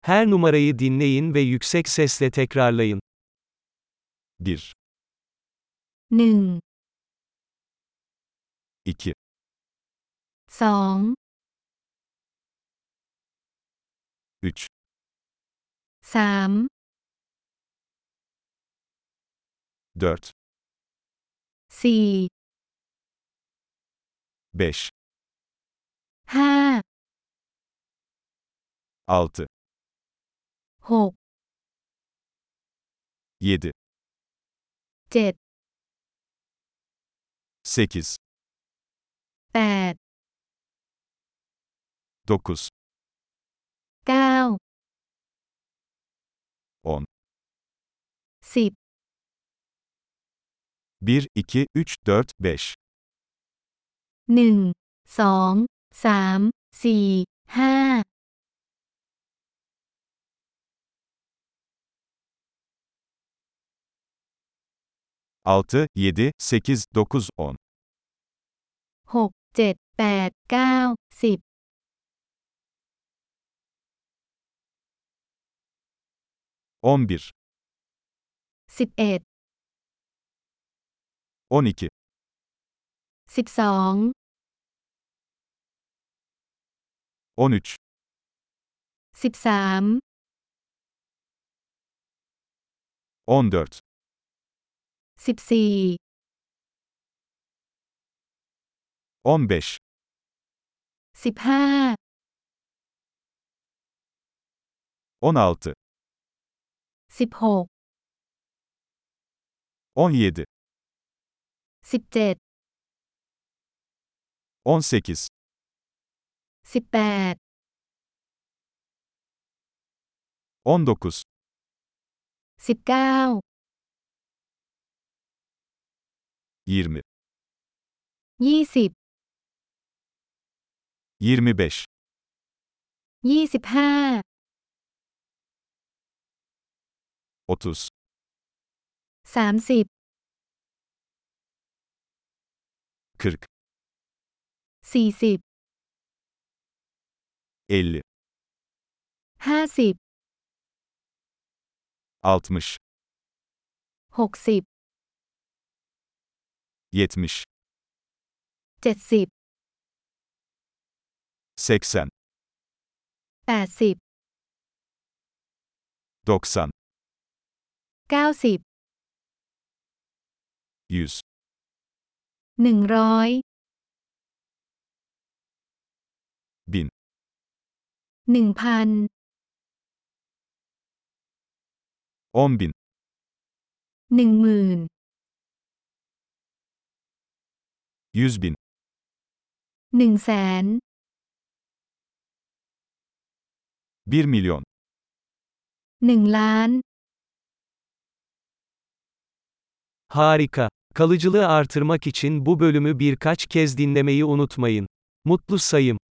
Her numarayı dinleyin ve yüksek sesle tekrarlayın. 1, 1 2, 2 3, 3 4, 4 5, 5 6, 6 7, 7 8, 8 9, 9 10, 10 1, 2, 3, 4, 5, 1 2 3 4 5 6, 7, 8, 9, 10, 6 7 8 9 10 11, 11 12, 12 13, 13 14, 14 15, 15 16, 16 17, 17 18, 18 19, 19 20, 20 25, 25 30, 30 40, 40 50, 50 60, 60 70, 70 80, 80 90, 90 100, 100 1000, 1,000 10.000, 10,000 100.000, 100,000 1 milyon, 1,000,000 Harika. Kalıcılığı artırmak için bu bölümü birkaç kez dinlemeyi unutmayın. Mutlu sayım.